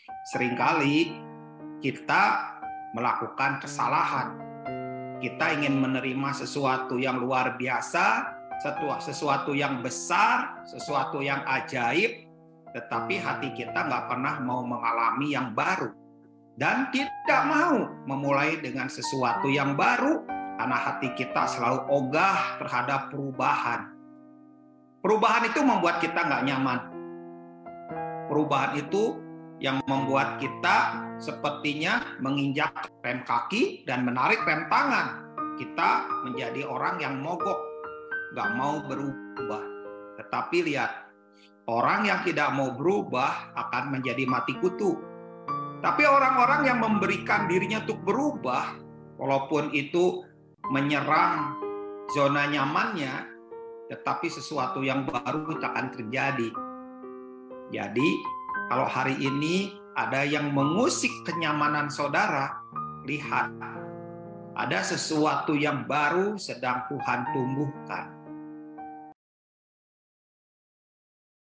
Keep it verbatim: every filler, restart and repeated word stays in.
Seringkali kita melakukan kesalahan. Kita ingin menerima sesuatu yang luar biasa, sesuatu yang besar, sesuatu yang ajaib, tetapi hati kita nggak pernah mau mengalami yang baru. Dan tidak mau memulai dengan sesuatu yang baru, karena hati kita selalu ogah terhadap perubahan. Perubahan itu membuat kita nggak nyaman. Perubahan itu yang membuat kita sepertinya menginjak rem kaki dan menarik rem tangan. Kita menjadi orang yang mogok, nggak mau berubah. Tetapi lihat, orang yang tidak mau berubah akan menjadi mati kutu. Tapi orang-orang yang memberikan dirinya untuk berubah, walaupun itu menyerang zona nyamannya, tetapi sesuatu yang baru itu akan terjadi. Jadi, kalau hari ini ada yang mengusik kenyamanan saudara, lihat, ada sesuatu yang baru sedang Tuhan tumbuhkan.